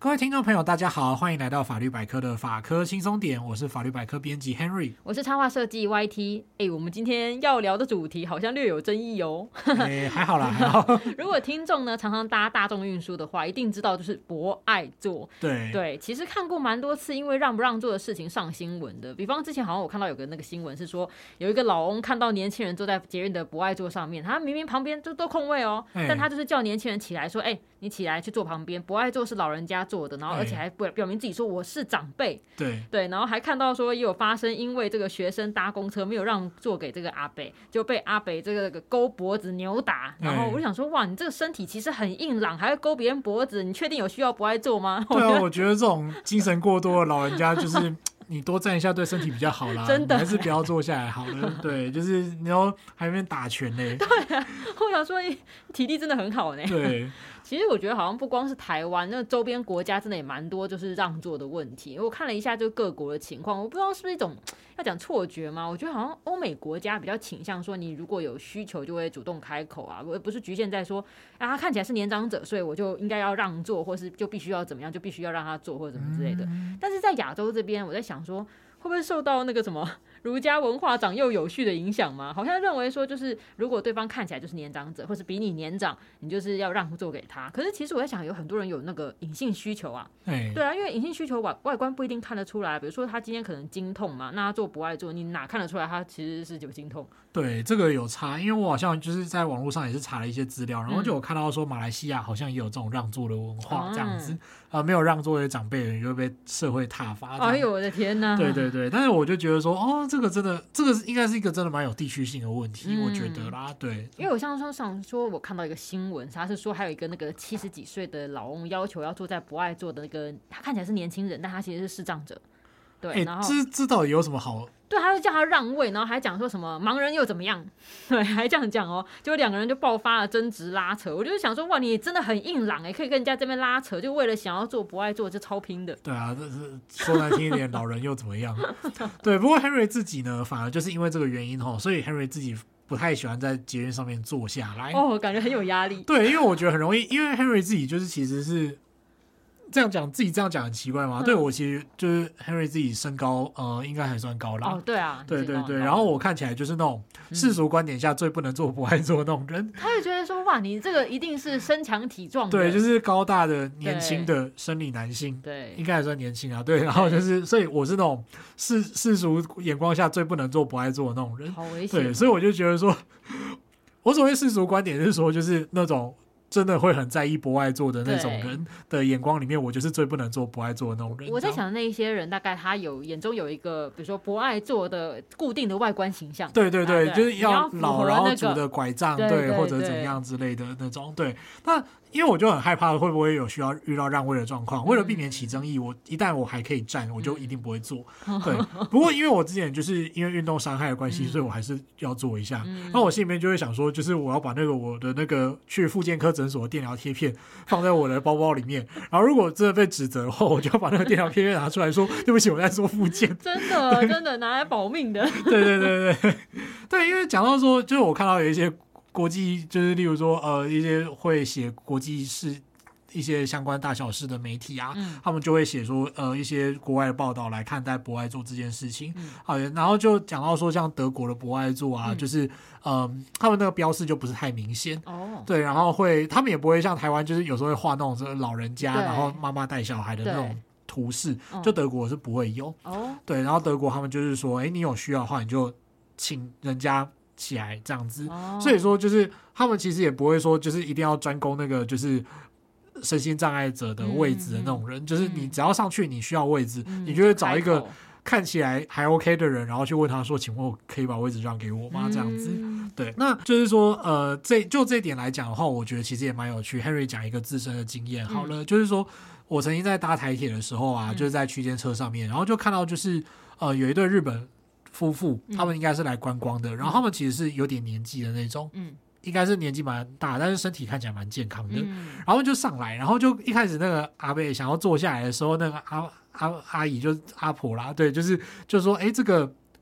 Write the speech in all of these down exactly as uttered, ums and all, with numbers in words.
各位听众朋友大家好，欢迎来到法律百科的法科轻松点，我是法律百科编辑 Henry， 我是插画设计 Y T。 哎，我们今天要聊的主题好像略有争议哦。 哎，还好啦还好。 如果听众呢常常搭大众运输的话，一定知道就是博爱座。 对对，其实看过蛮多次因为让不让座的事情上新闻的，比方之前好像我看到有个那个新闻是说，有一个老翁看到年轻人坐在捷运的博爱座上面，他明明旁边就都空位哦，但他就是叫年轻人起来说，哎，你起来去坐旁边，博爱座是老人家坐的，然后而且还表明自己说我是长辈。 对对，然后还看到说也有发生，因为这个学生搭公车没有让座给这个阿北，就被阿北这个勾脖子扭打。然后我就想说，哇，你这个身体其实很硬朗，还会勾别人脖子，你确定有需要博爱座吗？ 对啊，我觉得这种精神过多的老人家就是你多站一下对身体比较好啦， 真的还是不要坐下来好了。对，就是你要还在那边打拳呢。 对啊，我想说体力真的很好呢。 对。 其实我觉得好像不光是台湾，那周边国家真的也蛮多就是让座的问题。我看了一下就各国的情况，我不知道是不是一种要讲错觉吗？我觉得好像欧美国家比较倾向说，你如果有需求就会主动开口啊，不是局限在说啊他看起来是年长者，所以我就应该要让座，或是就必须要怎么样，就必须要让他坐或者什么之类的。嗯、但是在亚洲这边，我在想说，会不会受到那个什么儒家文化长幼有序的影响吗？好像认为说，就是如果对方看起来就是年长者，或是比你年长，你就是要让座给他。可是其实我在想，有很多人有那个隐性需求啊，对啊，因为隐性需求外外观不一定看得出来。比如说他今天可能经痛嘛，那他做博爱座，你哪看得出来他其实是有经痛？对， 这个有差，因为我好像就是在网络上也是查了一些资料，然后就有看到说马来西亚好像也有这种让座的文化，这样子、嗯呃、没有让座的长辈人就会被社会挞伐。 哎呦我的天哪！ 对对对，但是我就觉得说，哦，这个真的，这个应该是一个真的蛮有地区性的问题，嗯、我觉得啦，对。 因为我像上说，我看到一个新闻，他是说还有一个那个七十几岁的老翁要求要坐在博爱座的那个，他看起来是年轻人，但他其实是视障者。对，欸、然后这这到底有什么好？ 对，他就叫他让位，然后还讲说什么盲人又怎么样？对，还这样讲哦。结果两个人就爆发了争执拉扯。我就想说，哇，你真的很硬朗哎，可以跟人家这边拉扯，就为了想要做博爱座，就超拼的。 对啊，这是说难听一点，老人又怎么样？对，不过 Henry 自己呢，反而就是因为这个原因哦，所以 Henry 自己不太喜欢在捷运上面坐下来。 哦，感觉很有压力。 对，因为我觉得很容易，因为 Henry 自己就是其实是。这样讲自己这样讲很奇怪吗？嗯、对，我其实就是 Henry 自己身高呃应该还算高啦。 哦，对啊， 对对对，然后我看起来就是那种世俗观点下最不能做博爱座的那种人。 他就觉得说，哇，你这个一定是身强体壮的， 对，就是高大的年轻的生理男性，对，应该还算年轻啊。对，然后就是所以我是那种世世俗眼光下最不能做博爱座的那种人， 好危险。 对，所以我就觉得说，我所谓世俗观点是说，就是那种。真的会很在意博爱座的那种人的眼光里面，我就是最不能做博爱座的那种人。 我在想那一些人，大概他有眼中有一个，比如说博爱座的固定的外观形象。 对对对，啊、就是要老、那個、然后拄的拐杖，对, 对, 对, 对， 或者怎样之类的那种。对，那因为我就很害怕会不会有需要遇到让位的状况，为了避免起争议，我一旦我还可以站，我就一定不会坐。嗯、对，不过因为我之前就是因为运动伤害的关系，嗯、所以我还是要坐一下。嗯、那我心里面就会想说，就是我要把那个我的那个去复健科诊所的电疗贴片放在我的包包里面，然后如果真的被指责的话，我就要把那个电疗贴片拿出来说，对不起，我在做复健。 真的真的拿来保命的。 对对对对对，因为讲到说，就是我看到有一些。国际就是例如说呃一些会写国际事一些相关大小事的媒体啊、嗯、他们就会写说呃一些国外的报道来看待博爱座这件事情、嗯好，然后就讲到说像德国的博爱座啊、嗯、就是呃他们那个标示就不是太明显哦，对，然后会他们也不会像台湾就是有时候会画那种老人家然后妈妈带小孩的那种图示，就德国是不会有哦，对，然后德国他们就是说哎你有需要的话你就请人家起来这样子、哦、所以说就是他们其实也不会说就是一定要专攻那个就是身心障碍者的位置的那种人、嗯、就是你只要上去你需要位置、嗯、你就会找一个看起来还 OK 的人然后去问他说请问我可以把位置让给我吗、嗯、这样子，对，那就是说呃，这就这一点来讲的话我觉得其实也蛮有趣。 Henry 讲一个自身的经验好了、嗯、就是说我曾经在搭台铁的时候啊、嗯、就是在区间车上面然后就看到就是呃有一对日本夫妇他们应该是来观光的、嗯、然后他们其实是有点年纪的那种、嗯、应该是年纪蛮大但是身体看起来蛮健康的、嗯、然后就上来然后就一开始那个阿伯想要坐下来的时候那个阿阿阿姨就阿婆啦对就是就说哎这个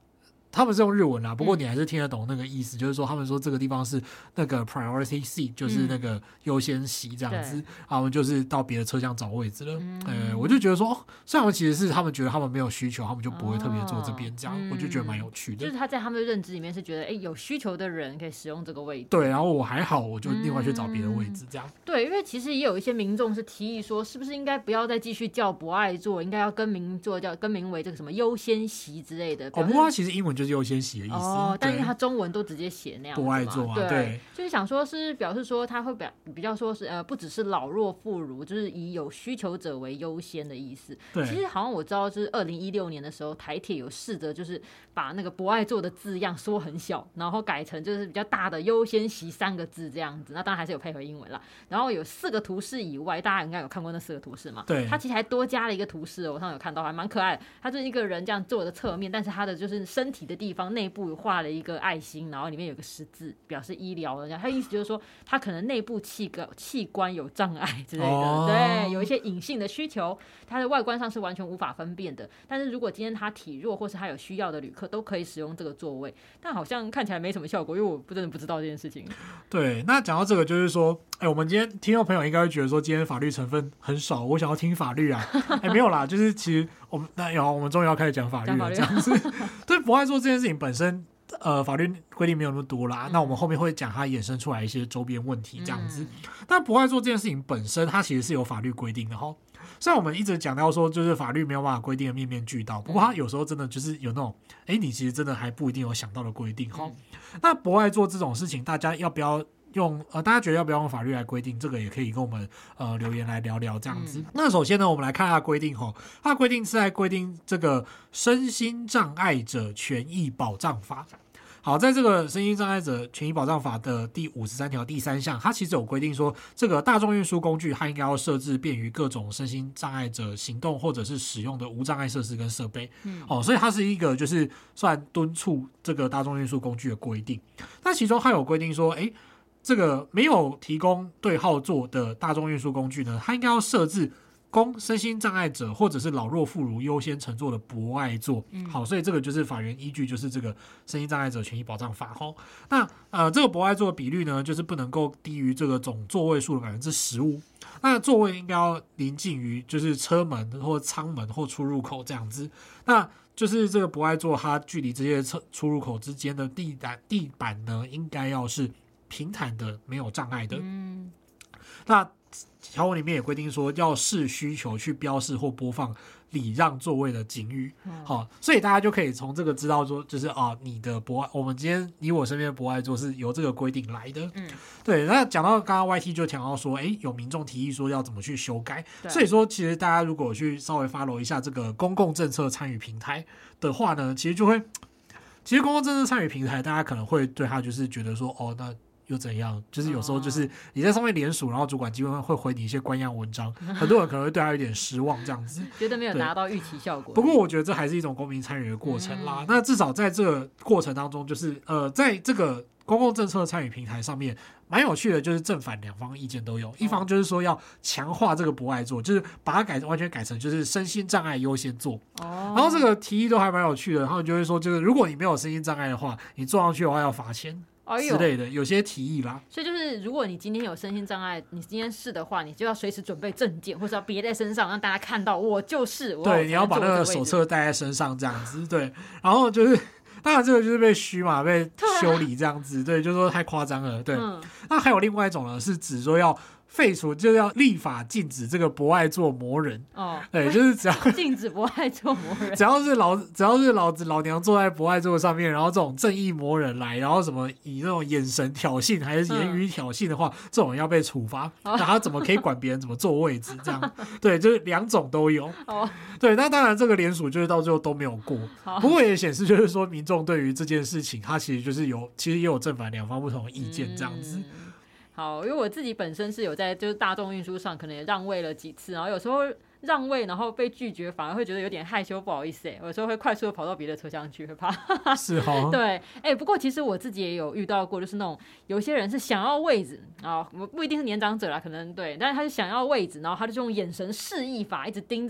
他们是用日文啦，不过你还是听得懂那个意思，嗯、就是说他们说这个地方是那个 priority seat， 就是那个优先席这样子，他们、嗯、就是到别的车厢找位置了。嗯、呃，我就觉得说，哦，虽然其实是他们觉得他们没有需求，他们就不会特别坐这边这样，哦嗯、我就觉得蛮有趣的。 就是他在他们的认知里面是觉得，哎，有需求的人可以使用这个位置。 对，然后我还好，我就另外去找别的位置这样。嗯、 对，因为其实也有一些民众是提议说，是不是应该不要再继续叫博爱座，应该要更名做叫更名为这个什么优先席之类的。 哦，不过它其实英文就是优先席的意思。 哦，但是他中文都直接写那样子嘛， 博爱座啊， 对， 对， 就是想说是表示说他会表比较说是呃不只是老弱妇孺，就是以有需求者为优先的意思。 对， 其实好像我知道，就是二零一六年的时候，台铁有试着就是把那个博爱座的字样缩很小，然后改成就是比较大的优先席三个字这样子。那当然还是有配合英文啦。然后有四个图示以外，大家应该有看过那四个图示嘛？ 对， 它其实还多加了一个图示，我上次有看到，还蛮可爱的。它就是一个人这样坐的侧面，但是他的就是身体的地方内部画了一个爱心，然后里面有个十字，表示医疗的。他意思就是说，他可能内部器官器官有障碍之类的，哦、对，有一些隐性的需求，他的外观上是完全无法分辨的。但是如果今天他体弱，或是他有需要的旅客，都可以使用这个座位。但好像看起来没什么效果，因为我真的不知道这件事情。 对，那讲到这个，就是说，哎，我们今天听众朋友应该会觉得说，今天法律成分很少，我想要听法律啊。哎，没有啦，就是其实我们那有，我们终于要开始讲法律了，这样子。对，博爱座这件事情本身。呃，法律规定没有那么多啦，嗯、那我们后面会讲它衍生出来一些周边问题这样子。嗯、但博爱座这件事情本身，它其实是有法律规定的哈。虽然我们一直讲到说，就是法律没有办法规定的面面俱到，不过它有时候真的就是有那种，哎，你其实真的还不一定有想到的规定哈。嗯、那博爱座这种事情，大家要不要？用呃，大家觉得要不要用法律来规定？这个也可以跟我们呃留言来聊聊这样子。嗯、那首先呢，我们来看它的规定哈，它的规定是在规定这个身心障碍者权益保障法。好，在这个身心障碍者权益保障法的第五十三条第三项，它其实有规定说，这个大众运输工具它应该要设置便于各种身心障碍者行动或者是使用的无障碍设施跟设备。嗯，哦，所以它是一个就是算敦促这个大众运输工具的规定。那其中它有规定说，哎。这个没有提供对号座的大众运输工具呢，它应该要设置供身心障碍者或者是老弱妇孺优先乘坐的博爱座。嗯、好，所以这个就是法源依据，就是这个身心障碍者权益保障法。吼，那呃，这个博爱座的比率呢，就是不能够低于这个总座位数的百分之十五。那座位应该要临近于就是车门或舱门或出入口这样子。那就是这个博爱座，它距离这些车出入口之间的地板地板呢，应该要是平坦的，没有障碍的。嗯，那条文里面也规定说，要视需求去标示或播放礼让座位的警语。好、嗯，所以大家就可以从这个知道说，就是啊，你的博爱，我们今天你我身边的博爱座是由这个规定来的。嗯，对。那讲到刚刚 Y T 就讲到说，哎，有民众提议说要怎么去修改，所以说其实大家如果去稍微 follow 一下这个公共政策参与平台的话呢，其实就会，其实公共政策参与平台，大家可能会对他就是觉得说，哦，那。又怎样？就是有时候就是你在上面联署，然后主管机关会回你一些官样文章，很多人可能会对他有点失望，这样子觉得没有达到预期效果。 不过我觉得这还是一种公民参与的过程啦。嗯、那至少在这个过程当中，就是呃，在这个公共政策参与平台上面，蛮有趣的，就是正反两方意见都有。一方就是说要强化这个博爱座，就是把它改完全改成就是身心障碍优先座。哦，然后这个提议都还蛮有趣的，然后就会说，就是如果你没有身心障碍的话，你坐上去的话要罚钱。之类的，有些提议啦。 所以就是，如果你今天有身心障碍，你今天是的话，你就要随时准备证件，或者要别在身上，让大家看到我就是。我对，你要把那个手册带在身上，这样子。对，然后就是，当然这个就是被虚嘛，被修理这样子。对，就是说太夸张了。对，嗯、那还有另外一种呢，是指说要。废除就要立法禁止这个博爱座魔人哦，对，就是只要禁止博爱座魔人， 只要是老只要是老子老娘坐在博爱座上面，然后这种正义魔人来，然后什么以那种眼神挑衅还是言语挑衅的话，嗯、这种人要被处罚。那、哦、他怎么可以管别人怎么坐位置？这样对，就是两种都有。哦，对，那当然这个联署就是到最后都没有过，不过也显示就是说民众对于这件事情，他其实就是有其实也有正反两方不同的意见这样子。嗯好，因为我自己本身是有在就是大众运输上可能也让位了几次，然后有时候让位然后被拒绝，反而会觉得有点害羞不好意思哎，有时候会快速的跑到别的车厢去，会怕。 是哦。 对，哎、欸，不过其实我自己也有遇到过，就是那种有些人是想要位置啊，不一定是年长者啦，可能对，但是他是想要位置，然后他就用眼神示意法一直盯着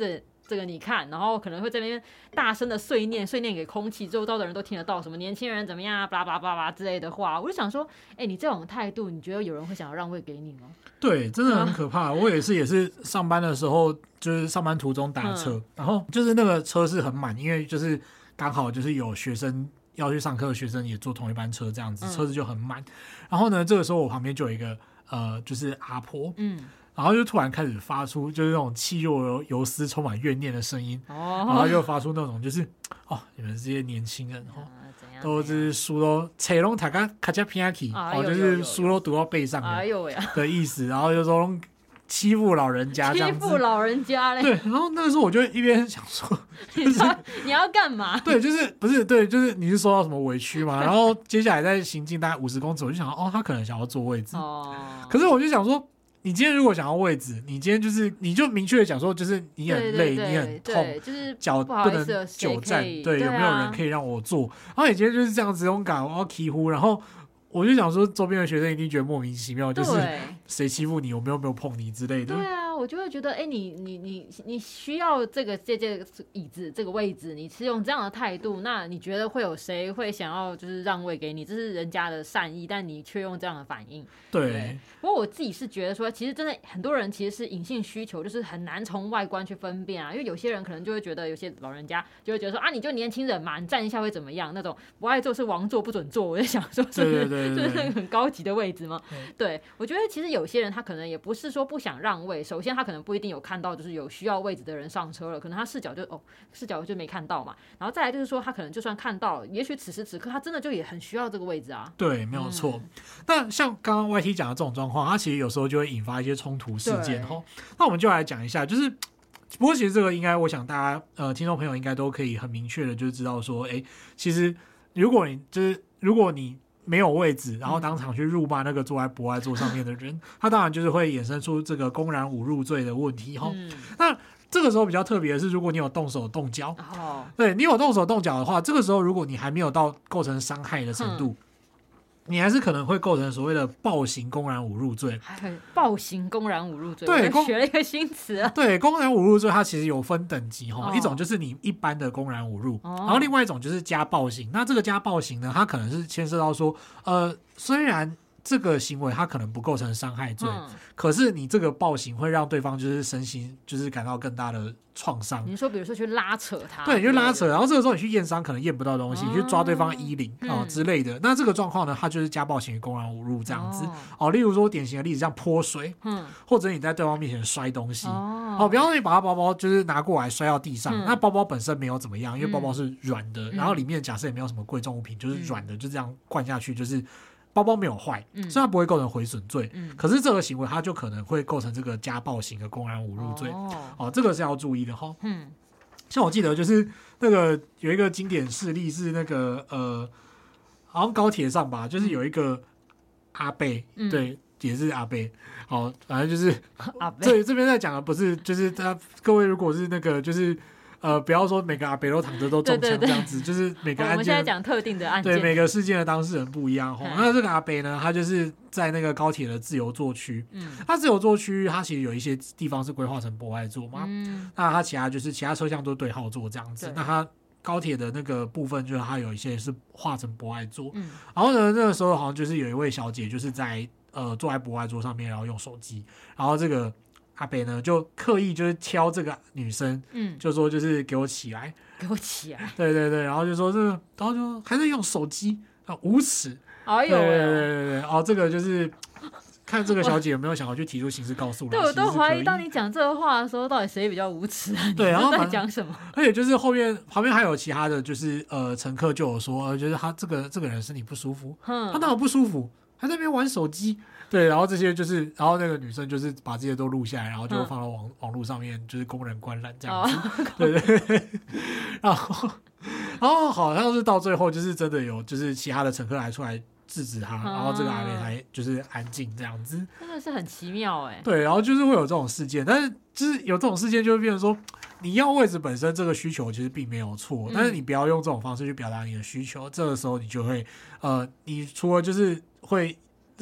这个你看，然后可能会在那边大声的碎念碎念给空气，周遭的人都听得到，什么年轻人怎么样啊，巴拉巴拉巴拉之类的话。我就想说，哎、欸，你这种态度，你觉得有人会想要让位给你吗？ 对，真的很可怕。我也是，也是上班的时候，就是上班途中打车，嗯、然后就是那个车是很满，因为就是刚好就是有学生要去上课的学生也坐同一班车，这样子、嗯、车子就很满。然后呢，这个时候我旁边就有一个呃，就是阿婆，嗯。然后就突然开始发出就是那种气若游丝、充满怨念的声音，哦、然后就发出那种就是哦，你们这些年轻人哦，啊、都是书都册拢读到卡加偏去，哦，就是书都读到背上哎呦喂的意思，然后就说欺负老人家这样子， 欺负老人家嘞。 对，然后那个时候我就一边想说，就是、 你, 你要干嘛？ 对，就是不是对，就是你是受到什么委屈嘛？然后接下来在行进大概五十公尺，我就想哦，他可能想要坐位置，哦，可是我就想说。你今天如果想要位置，你今天就是你就明确的讲说，就是你很累， 对对对你很痛， 就是脚不能久站，对， 对啊、 有没有人可以让我坐？然后你今天就是这样子勇敢，我要起呼，然后我就想说，周边的学生一定觉得莫名其妙，就是谁欺负你，我们有没有碰你之类的。 对啊，我就会觉得，哎、欸，你你你你需要这个这这个椅子这个位置，你是用这样的态度，那你觉得会有谁会想要就是让位给你？这是人家的善意，但你却用这样的反应。 对。 对，不过我自己是觉得说，其实真的很多人其实是隐性需求，就是很难从外观去分辨啊。因为有些人可能就会觉得，有些老人家就会觉得说啊，你就年轻人嘛，你站一下会怎么样？那种不爱坐是王座不准坐，我就想说是， 对对对对， 就是那个很高级的位置吗？对，我觉得其实有些人他可能也不是说不想让位，首先他可能不一定有看到就是有需要位置的人上车了，可能他视角就哦视角就没看到嘛。然后再来就是说，他可能就算看到了，也许此时此刻他真的就也很需要这个位置啊。 对，没有错。嗯、那像刚刚 Y T 讲的这种状况，它其实有时候就会引发一些冲突事件哈。那我们就来讲一下，就是不过其实这个应该，我想大家呃听众朋友应该都可以很明确的就知道说，哎，其实如果你就是如果你没有位置，然后当场去辱骂那个坐在博爱座上面的人，嗯、他当然就是会衍生出这个公然侮辱罪的问题哈。嗯、那这个时候比较特别的是，如果你有动手动脚，哦、对你有动手动脚的话，这个时候如果你还没有到构成伤害的程度。嗯你还是可能会构成所谓的暴行公然侮辱罪。 暴行公然侮辱罪， 对， 我学了一个新词啊。 对，公然侮辱罪它其实有分等级哈、哦，一种就是你一般的公然侮辱，哦、然后另外一种就是家暴刑。那这个家暴刑呢，它可能是牵涉到说，呃，虽然这个行为它可能不构成伤害罪、嗯，可是你这个暴行会让对方就是身心就是感到更大的创伤。 你说比如说去拉扯他， 对，你去拉扯，然后这个时候你去验伤可能验不到东西，你、哦、去抓对方衣领啊、哦、之类的。那这个状况呢，它就是家暴型公然侮辱这样子 哦, 哦。例如说典型的例子像泼水，嗯，或者你在对方面前摔东西，哦，哦比方说你把他包包就是拿过来摔到地上、嗯，那包包本身没有怎么样，因为包包是软的、嗯，然后里面假设也没有什么贵重物品，就是软的，嗯、就这样灌下去就是。包包没有坏、嗯，所以它不会构成毁损罪、嗯。可是这个行为，它就可能会构成这个家暴型的公然侮辱罪。哦，哦这个是要注意的哈。嗯，像我记得就是那个有一个经典事例是那个呃，好像高铁上吧，就是有一个阿伯，嗯、对，也是阿伯。好，反正就是这这边在讲的不是，就是他各位如果是那个就是。呃，不要说每个阿伯都躺着都中枪这样子，对对对就是每个案件，我们现在讲特定的案件， 对每个事件的当事人不一样。嗯、那这个阿伯呢，他就是在那个高铁的自由座区，嗯，他自由座区，他其实有一些地方是规划成博爱座嘛，嗯，那他其他就是其他车厢都对号座这样子，那他高铁的那个部分就是他有一些是划成博爱座，嗯，然后呢，那个时候好像就是有一位小姐就是在呃坐在博爱座上面，然后用手机，然后这个。阿北呢，就刻意就是挑这个女生，嗯，就说就是给我起来， 给我起来， 对对对，然后就说这个，然后就还在用手机啊，无耻， 哎呦， 对对对对对，哦，这个就是看这个小姐有没有想要去提出刑事告诉。 对，我都怀疑当你讲这个话的时候，到底谁比较无耻啊？ 对，然后在讲什么？ 而且就是后面旁边还有其他的就是呃乘客就有说，呃，就是他这个这个人身体不舒服，他哪有不舒服，还在那边玩手机。对，然后这些就是，然后那个女生就是把这些都录下来，然后就放到网、嗯、网络上面，就是供人观览这样子。哦、对对对，然后然后好像是到最后就是真的有，就是其他的乘客来出来制止他，嗯、然后这个阿妹才就是安静这样子。 真的是很奇妙哎、欸。 对，然后就是会有这种事件，但是就是有这种事件就会变成说，你要位置本身这个需求其实并没有错，嗯、但是你不要用这种方式去表达你的需求，这个时候你就会呃，你除了就是会让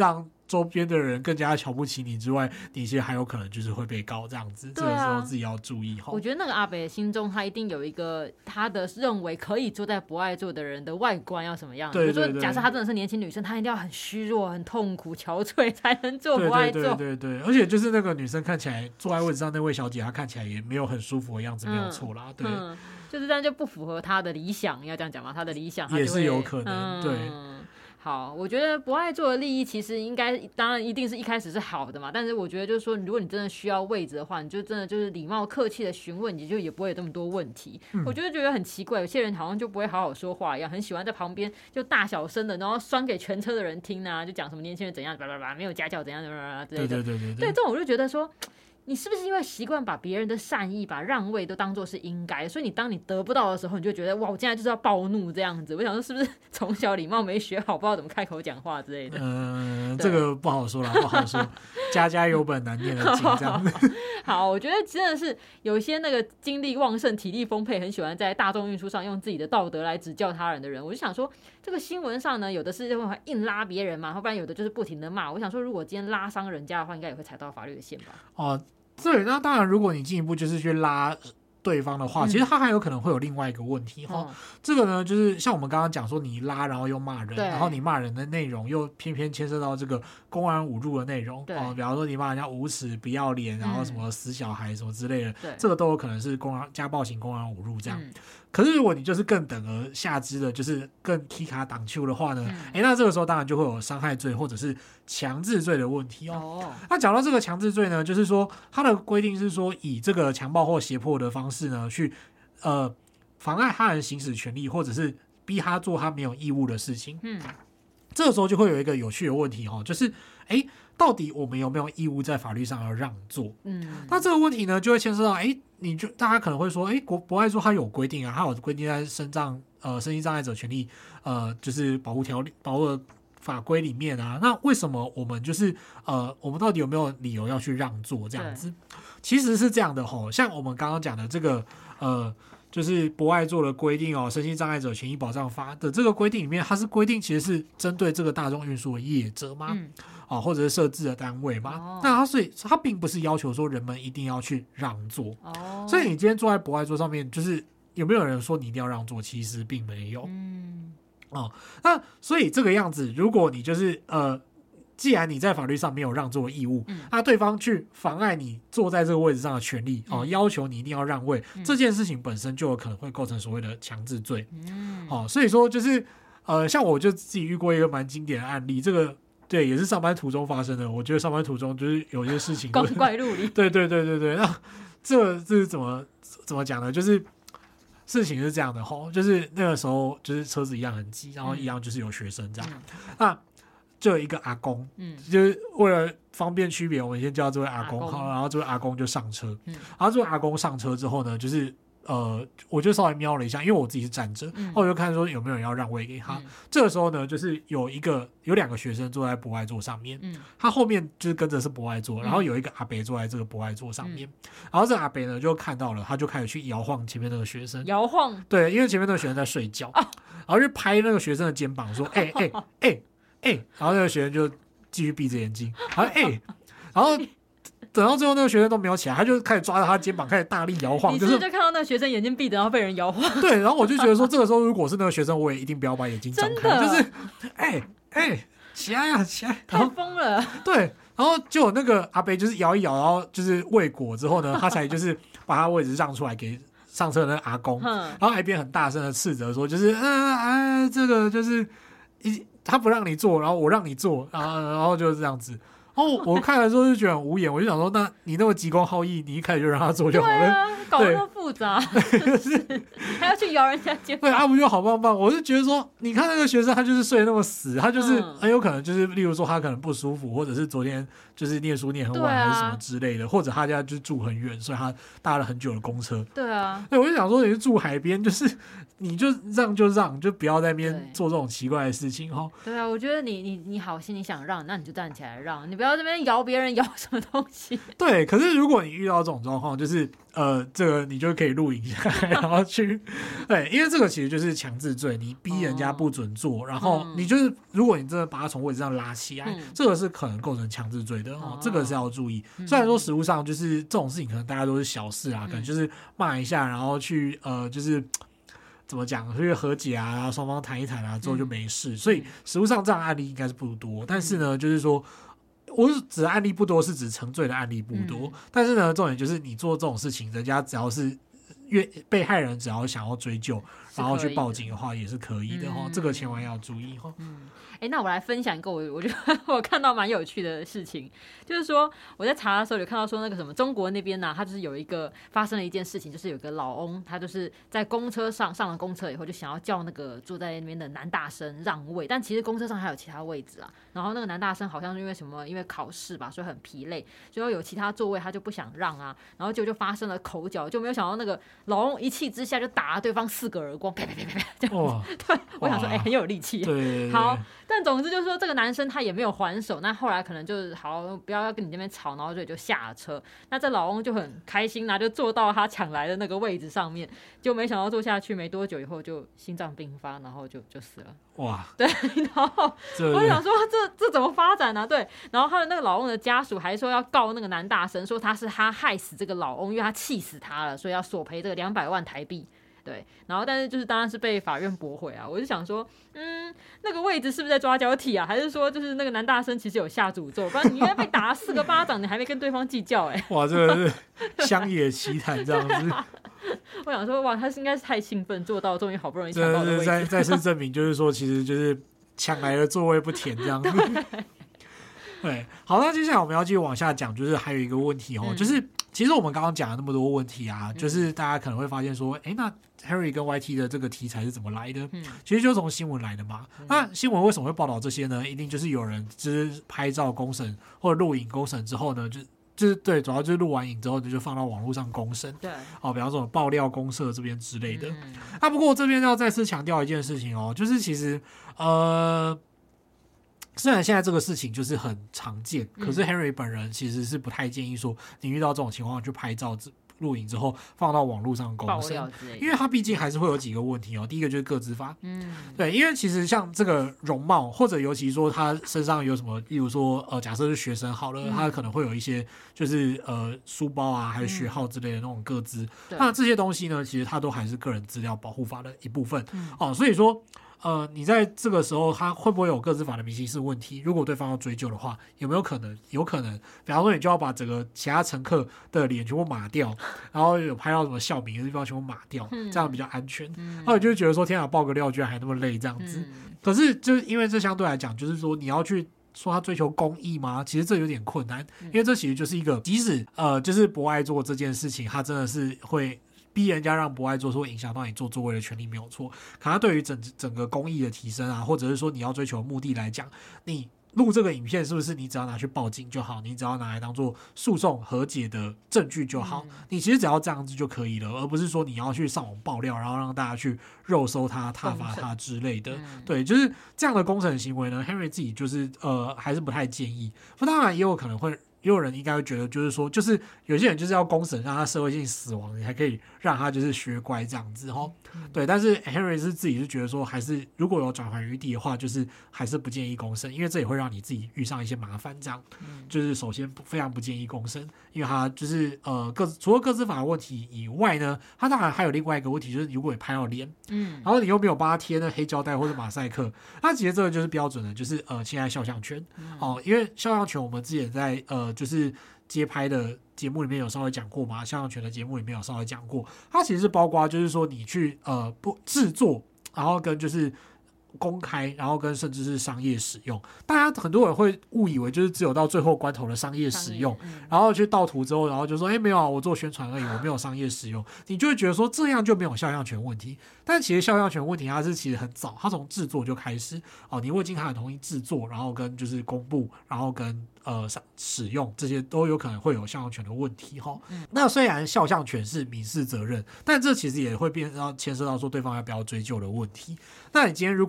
周边的人更加瞧不起你之外，你其实还有可能就是会被告这样子，啊、这个时候自己要注意。 我觉得那个阿北的心中他一定有一个他的认为可以坐在博爱座的人的外观要什么样子，比如说假设他真的是年轻女生，她一定要很虚弱很痛苦憔悴才能坐博爱座， 对对对对对，而且就是那个女生看起来坐在位置上那位小姐，她看起来也没有很舒服的样子，嗯、没有错啦，对。嗯， 就是这样就不符合他的理想，要这样讲吗？他的理想他就也是有可能，嗯、对。 好，我觉得博爱座的利益其实应该，当然一定是一开始是好的嘛。但是我觉得就是说，如果你真的需要位置的话，你就真的就是礼貌客气的询问，你就也不会有这么多问题。嗯、我觉得觉得很奇怪，有些人好像就不会好好说话一样，很喜欢在旁边就大小声的，然后酸给全车的人听啊，就讲什么年轻人怎样，叭叭叭，没有家教怎样怎样之类的。 对对对对对。 对，这种我就觉得说。你是不是因为习惯把别人的善意、把让位都当作是应该，所以你当你得不到的时候，你就觉得哇，我现在就是要暴怒这样子？我想说，是不是从小礼貌没学好，不知道怎么开口讲话之类的？ 嗯、呃，这个不好说啦，不好说。家家有本难念的经，这样子。 好，我觉得真的是有一些那个精力旺盛、体力丰沛，很喜欢在大众运输上用自己的道德来指教他人的人，我就想说，这个新闻上呢，有的是会硬拉别人嘛，要不然有的就是不停的骂。我想说，如果今天拉伤人家的话，应该也会踩到法律的线吧？ 哦。对，那当然，如果你进一步就是去拉对方的话，嗯、其实他还有可能会有另外一个问题哈。嗯、这个呢，就是像我们刚刚讲说，你拉然后又骂人，然后你骂人的内容又偏偏牵涉到这个公然侮辱的内容，哦，比方说你骂人家无耻、不要脸，然后什么死小孩什么之类的，嗯、这个都有可能是公然家暴型公然侮辱这样。嗯可是如果你就是更等而下之的，就是更踢卡挡球的话呢，哎、嗯，那这个时候当然就会有伤害罪或者是强制罪的问题哦。哦那讲到这个强制罪呢，就是说它的规定是说，以这个强暴或胁迫的方式呢，去呃妨碍他人行使权利，或者是逼他做他没有义务的事情。嗯，这个时候就会有一个有趣的问题哦，就是哎。到底我们有没有义务在法律上要让座？嗯，那这个问题呢，就会牵涉到，哎，你就大家可能会说，哎，国博爱座它有规定啊，它有规定在身障呃身心障碍者权利呃就是保护条例保护法规里面啊，那为什么我们就是呃我们到底有没有理由要去让座这样子？其实是这样的吼，像我们刚刚讲的这个呃。就是博爱座的规定哦，身心障碍者权益保障法的这个规定里面，它是规定其实是针对这个大众运输的业者吗？嗯、哦，或者是设置的单位吗？哦、那它所以它并不是要求说人们一定要去让座。哦，所以你今天坐在博爱座上面，就是有没有人说你一定要让座？其实并没有。嗯，哦，那所以这个样子，如果你就是呃。既然你在法律上没有让座的义务，嗯、那对方去妨碍你坐在这个位置上的权利，嗯哦、要求你一定要让位，嗯、这件事情本身就有可能会构成所谓的强制罪。嗯哦、所以说就是呃，像我就自己遇过一个蛮经典的案例，这个对也是上班途中发生的。我觉得上班途中就是有些事情光怪陆离。 对对对对对，那这这是怎么怎么讲呢？就是事情是这样的吼，就是那个时候就是车子一样很挤，然后一样就是有学生这样，嗯、那。就有一个阿公，嗯，就是为了方便区别，我们先叫这位阿公，好，然后这位阿公就上车，嗯，然后这位阿公上车之后呢，就是呃，我就稍微瞄了一下，因为我自己是站着，嗯、然后我就看说有没有人要让位给他。嗯、这个时候呢，就是有一个有两个学生坐在博爱座上面，嗯，他后面就是跟着是博爱座，然后有一个阿伯坐在这个博爱座上面，嗯、然后这个阿伯呢就看到了，他就开始去摇晃前面那个学生， 摇晃， 对，因为前面那个学生在睡觉，哦、然后就拍那个学生的肩膀说，哎哎哎。哎、欸，然后那个学生就继续闭着眼睛，然后哎、欸，然后等到最后那个学生都没有起来，他就开始抓着他肩膀开始大力摇晃。 你是不是就看到那个学生眼睛闭着，然后被人摇晃？ 对，然后我就觉得说，这个时候如果是那个学生，我也一定不要把眼睛张开，就是哎哎、欸欸、起来呀、啊、起来， 太疯了。 对，然后就有那个阿伯就是摇一摇，然后就是未果之后呢，他才就是把他位置让出来给上车的那个阿公，然后还边很大声的斥责说，就是嗯哎、呃、这个就是一。他不让你坐，然后我让你坐，然后然后就是这样子。然后我看的时候就觉得很无言，我就想说，那你那么急公好义，你一开始就让他坐就好了。 对啊，搞得那么复杂，还要去摇人家肩膀。 对，阿不就好棒棒。我就觉得说，你看那个学生，他就是睡得那么死，他就是很有可能就是，例如说他可能不舒服，或者是昨天就是念书念很晚，还是什么之类的，或者他家就住很远，所以他搭了很久的公车。 对啊， 对，我就想说，你是住海边，就是。你就让就让，就不要在那边做这种奇怪的事情哈。 对啊，我觉得你你你好心，你想让，那你就站起来让，你不要在那边摇别人摇什么东西。 对，可是如果你遇到这种状况，就是呃，这个你就可以录影下来，然后去对，因为这个其实就是强制罪，你逼人家不准做，哦、然后你就是如果你真的把他从位置上拉起来，嗯、这个是可能构成强制罪的哦，哦这个是要注意。虽然说实务上就是这种事情可能大家都是小事啊，嗯、可能就是骂一下，然后去呃就是怎么讲，去和解啊，然后双方谈一谈啊，之后就没事。嗯、所以实务上这样的案例应该是不多，但是呢，就是说。我指的案例不多，是指成罪的案例不多。嗯、但是呢，重点就是你做这种事情，人家只要是越被害人，只要想要追究，然后去报警的话，也是可以的哈。嗯、这个千万要注意哈。 嗯，哎、欸，那我来分享一个我我觉得我看到蛮有趣的事情，就是说我在查的时候有看到说那个什么中国那边呢、啊，他就是有一个发生了一件事情，就是有个老翁，他就是在公车上上了公车以后，就想要叫那个坐在那边的男大生让位，但其实公车上还有其他位置啊。然后那个男大生好像是因为什么，因为考试吧，所以很疲累，所以有其他座位他就不想让啊，然后结果就发生了口角，就没有想到那个老翁一气之下就打了对方四个耳光，啪啪啪啪啪这样子。对，我想说，哎、欸，很有力气。 对， 好，但总之就是说，这个男生他也没有还手，那后来可能就是好，不要跟你这边吵，然后所以就下了车。那这老翁就很开心啦，就坐到他抢来的那个位置上面，就没想到坐下去没多久以后就心脏病发，然后就就死了。哇，对，然后我就想说这这怎么发展呢、啊？对，然后他的那个老翁的家属还说要告那个男大生，说他是他害死这个老翁，因为他气死他了，所以要索赔这个两百万台币。对，然后但是就是当然是被法院驳回啊。我就想说，嗯，那个位置是不是在抓交替啊？还是说就是那个男大生其实有下诅咒？不然你应该被打了四个巴掌，你还没跟对方计较哎、欸。 哇，这个是乡野奇谈这样子。 我想说，哇，他是应该是太兴奋，做到终于好不容易抢到的位置。 再再次证明，就是说，其实就是抢来的座位不填这样子。对，好，那接下来我们要继续往下讲，就是还有一个问题哦，嗯、就是其实我们刚刚讲了那么多问题啊，嗯、就是大家可能会发现说，哎，那 Henry 跟 Y T 的这个题材是怎么来的？嗯、其实就从新闻来的嘛。嗯、那新闻为什么会报道这些呢？一定就是有人就是拍照公审或者录影公审之后呢，就就是对，主要就是录完影之后就放到网络上公审。对，哦，比方说爆料公社这边之类的。嗯、啊，不过这边要再次强调一件事情哦，就是其实呃。虽然现在这个事情就是很常见，可是 Henry 本人其实是不太建议说你遇到这种情况去拍照录影之后放到网络上公审，因为它毕竟还是会有几个问题哦。第一个就是个资法，嗯，对，因为其实像这个容貌，或者尤其说他身上有什么，例如说呃，假设是学生好了，嗯、他可能会有一些就是呃书包啊，还有学号之类的那种个资，嗯、那这些东西呢，其实它都还是个人资料保护法的一部分，嗯、哦，所以说。呃，你在这个时候，他会不会有个资法的明晰性问题？如果对方要追究的话，有没有可能？有可能，比方说你就要把整个其他乘客的脸全部码掉，然后有拍到什么校名的地方全部码掉，嗯、这样比较安全。然后你就会觉得说，天啊，爆个料居然还那么累这样子。嗯、可是就是因为这相对来讲，就是说你要去说他追求公益吗？其实这有点困难，因为这其实就是一个，即使呃，就是博爱做这件事情，他真的是会。逼人家让不爱做，是会影响到你做座位的权利，没有错。可它对于整整个公益的提升啊，或者是说你要追求的目的来讲，你录这个影片是不是你只要拿去报警就好？你只要拿来当做诉讼和解的证据就好？嗯、你其实只要这样子就可以了，而不是说你要去上网爆料，然后让大家去肉搜他、挞伐他之类的。嗯、对，就是这样的公审行为呢 ，Henry 自己就是呃还是不太建议。不，当然也有可能会。也有人应该会觉得，就是说，就是有些人就是要公审，让他社会性死亡，你才可以让他就是学乖这样子哈。嗯、对，但是 Henry 是自己是觉得说，还是如果有转圜余地的话，就是还是不建议公审，因为这也会让你自己遇上一些麻烦。这样，嗯、就是首先非常不建议公审，因为他就是呃个除了个资法的问题以外呢，他当然还有另外一个问题，就是如果你拍到脸，嗯，然后你又没有帮他贴那黑胶带或者马赛克，那其实这个就是标准的，就是呃侵害肖像权哦、呃，因为肖像权我们之前在呃。就是街拍的节目里面有稍微讲过嘛，肖像权的节目里面有稍微讲过，它其实是包括就是说你去呃不制作，然后跟就是公开，然后跟甚至是商业使用，大家很多人会误以为就是只有到最后关头的商业使用，嗯、然后去盗图之后，然后就说哎没有啊，我做宣传而已，我没有商业使用，你就会觉得说这样就没有肖像权问题，但其实肖像权问题它是其实很早，它从制作就开始哦，你未经他的同意制作，然后跟就是公布，然后跟呃使用这些都有可能会有肖像权的问题哈。嗯、那虽然肖像权是民事责任，但这其实也会变到牵涉到说对方要不要追究的问题。那你今天如果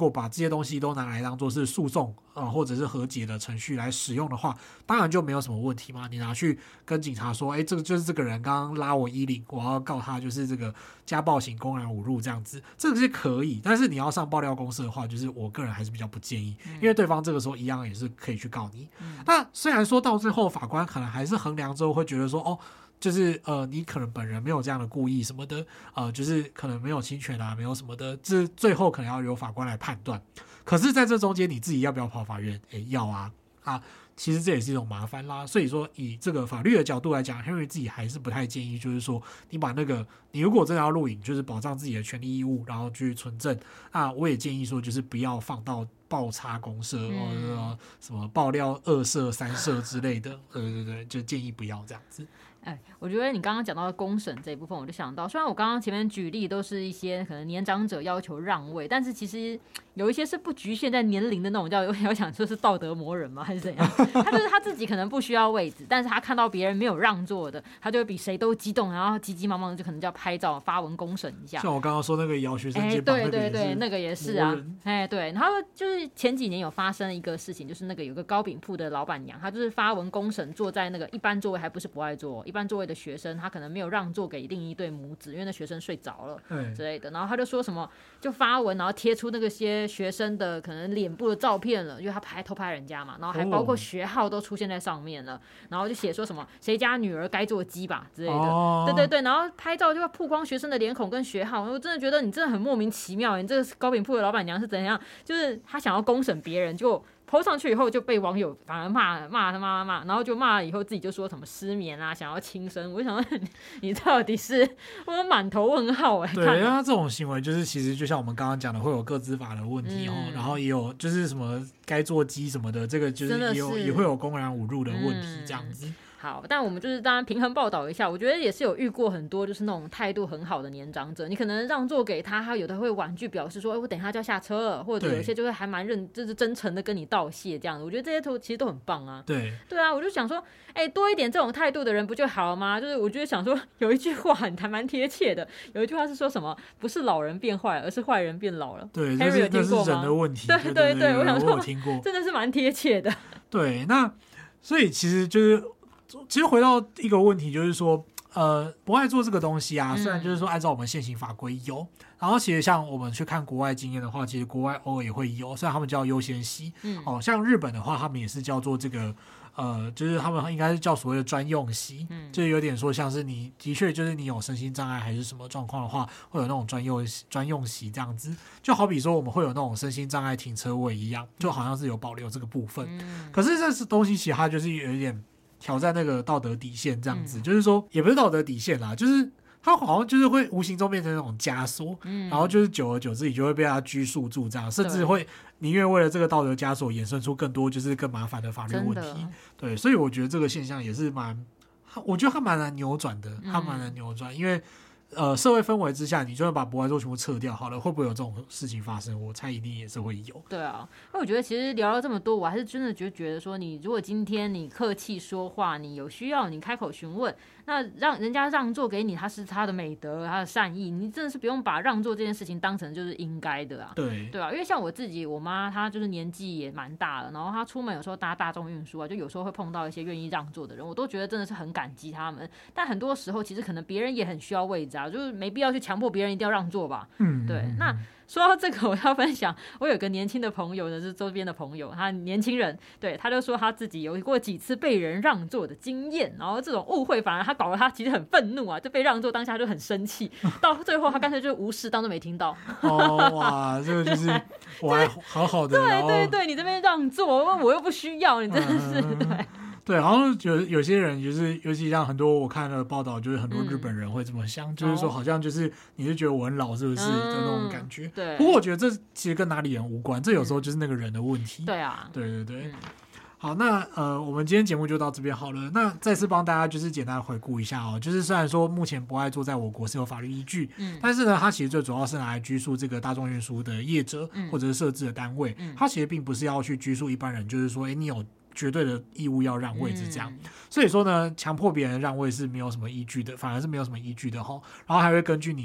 果把这些东西都拿来当做是诉讼呃或者是和解的程序来使用的话，当然就没有什么问题嘛。你拿去跟警察说，哎，这个就是这个人刚刚拉我衣领，我要告他就是这个家暴型公然侮辱这样子，这个是可以。但是你要上爆料公司的话，就是我个人还是比较不建议，因为对方这个时候一样也是可以去告你。嗯、那虽然说到最后法官可能还是衡量之后会觉得说，哦。就是呃，你可能本人没有这样的故意什么的，呃，就是可能没有侵权啊，没有什么的，这最后可能要由法官来判断。可是在这中间，你自己要不要跑法院？哎，要啊啊！其实这也是一种麻烦啦。所以说，以这个法律的角度来讲 ，Henry 自己还是不太建议，就是说你把那个你如果真的要录影，就是保障自己的权利义务，然后去存证。啊，我也建议说，就是不要放到爆插公社、嗯、或者什么爆料二社、三社之类的，对对对，就建议不要这样子。 哎，我觉得你刚刚讲到的公审这一部分，我就想到，虽然我刚刚前面举例都是一些可能年长者要求让位，但是其实有一些是不局限在年龄的那种，叫要想说是道德魔人吗，还是怎样？他就是他自己可能不需要位置，但是他看到别人没有让座的，他就会比谁都激动，然后急急忙忙的就可能就要拍照发文公审一下。 像我刚刚说那个摇学生街棒， 对对对，那个也是啊，哎对，然后就是前几年有发生一个事情，就是那个有个糕饼铺的老板娘，她就是发文公审坐在那个一般座位，还不是不爱座，一般座位的学生。他可能没有让座给另一对母子，因为那学生睡着了之类的，然后他就说什么就发文，然后贴出那个些学生的可能脸部的照片了，因为他拍偷拍人家嘛，然后还包括学号都出现在上面了，然后就写说什么谁家女儿该做鸡吧之类的，哦、对对对，然后拍照就会曝光学生的脸孔跟学号，我真的觉得你真的很莫名其妙，你这个糕饼铺的老板娘是怎样，就是他想要公审别人就。po 上去以后就被网友反而骂骂他骂骂，然后就骂了以后自己就说什么失眠啊，想要轻生。我就想说你，你到底是我满头问号哎、欸。 对，因为他这种行为就是其实就像我们刚刚讲的，会有个资法的问题哦、嗯，然后也有就是什么该做鸡什么的，这个就是也有也会有公然侮辱的问题这样子。嗯好，但我们就是当然平衡报道一下，我觉得也是有遇过很多就是那种态度很好的年长者，你可能让座给他，他有的会婉拒表示说，哎、欸，我等一下就要下车了，或者有些就会还蛮认，就是真诚的跟你道谢这样子。我觉得这些都其实都很棒啊。 对， 对啊，我就想说，哎、欸，多一点这种态度的人不就好了吗？就是我觉得想说有一句话很还蛮贴切的，有一句话是说什么，不是老人变坏了，而是坏人变老了。 对 ，Henry 有听过吗？ 这是人的问题。 对对 对, 对, 对，我想说， 我有听过， 真的是蛮贴切的。 对，那所以其实就是。其实回到一个问题，就是说，呃，不爱做这个东西啊，虽然就是说按照我们现行法规有，然后其实像我们去看国外经验的话，其实国外偶尔也会有，虽然他们叫优先席，嗯，哦，像日本的话，他们也是叫做这个，呃，就是他们应该是叫所谓的专用席，嗯，就是有点说像是你的确就是你有身心障碍还是什么状况的话，会有那种专用专用席这样子，就好比说我们会有那种身心障碍停车位一样，就好像是有保留这个部分，嗯，可是这东西其实它就是有一点。挑战那个道德底线，这样子、嗯，就是说也不是道德底线啦，就是它好像就是会无形中变成那种枷锁、嗯，然后就是久而久之，你就会被它拘束住，这样，甚至会宁愿为了这个道德枷锁衍生出更多就是更麻烦的法律问题。对，所以我觉得这个现象也是蛮，我觉得它蛮难扭转的，它蛮难扭转，因为。呃，社会氛围之下，你就会把博爱座全部撤掉，好了，会不会有这种事情发生？我猜一定也是会有。 对啊，那我觉得其实聊了这么多，我还是真的就觉得说，你如果今天你客气说话，你有需要，你开口询问，那让人家让座给你，他是他的美德，他的善意，你真的是不用把让座这件事情当成就是应该的啊。 对， 对啊，因为像我自己，我妈她就是年纪也蛮大了，然后她出门有时候搭大众运输啊，就有时候会碰到一些愿意让座的人，我都觉得真的是很感激他们。但很多时候，其实可能别人也很需要位置啊，就是没必要去强迫别人一定要让座吧。嗯，对。那说到这个，我要分享，我有个年轻的朋友呢，是周边的朋友，他年轻人，对，他就说他自己有过几次被人让座的经验，然后这种误会反而他搞得他其实很愤怒啊，就被让座当下就很生气，到最后他干脆就无视，当作没听到。 哦哇，这个就是我还好好的， 对对对，你这边让座，我又不需要，你真的是、嗯、对。 对，好像有有些人就是，尤其像很多我看的报道，就是很多日本人会这么想，嗯、就是说好像就是你是觉得我很老是不是、嗯、的那种感觉。 对。 不过我觉得这其实跟哪里人无关，这有时候就是那个人的问题。 嗯、对啊。 对对对。嗯、好，那呃，我们今天节目就到这边好了。那再次帮大家就是简单的回顾一下哦，就是虽然说目前博爱座在我国是有法律依据，嗯，但是呢，它其实最主要是拿来拘束这个大众运输的业者、嗯、或者是设置的单位，嗯，它其实并不是要去拘束一般人，就是说，哎，你有绝对的义务要让位置这样、嗯、所以说呢强迫别人让位是没有什么依据的，反而是没有什么依据的齁，然后还会根据你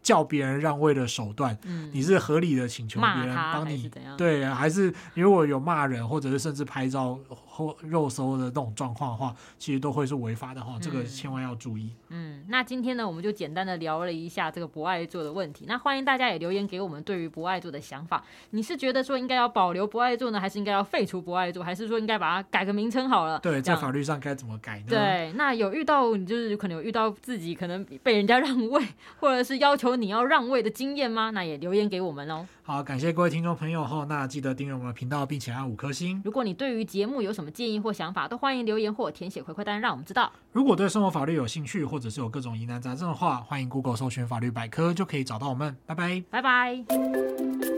叫别人让位的手段，嗯、你是合理的请求别人帮你，对，还是如果有骂人或者是甚至拍照或肉搜的那种状况的话，其实都会是违法的哈，这个千万要注意。 嗯，那今天呢，我们就简单的聊了一下这个博爱座的问题。那欢迎大家也留言给我们对于博爱座的想法，你是觉得说应该要保留博爱座呢，还是应该要废除博爱座，还是说应该把它改个名称好了？ 对，在法律上该怎么改呢？ 对，那有遇到你就是可能有遇到自己可能被人家让位，或者是要求你要让位的经验吗？那也留言给我们哦。 好，感谢各位听众朋友后，那记得订阅我们的频道，并且按五颗星。 如果你对于节目有什么建议或想法，都欢迎留言或填写回馈单，让我们知道。 如果对生活法律有兴趣，或者是有各种疑难杂症的话，欢迎 Google 搜寻法律百科就可以找到我们。拜拜， 拜拜。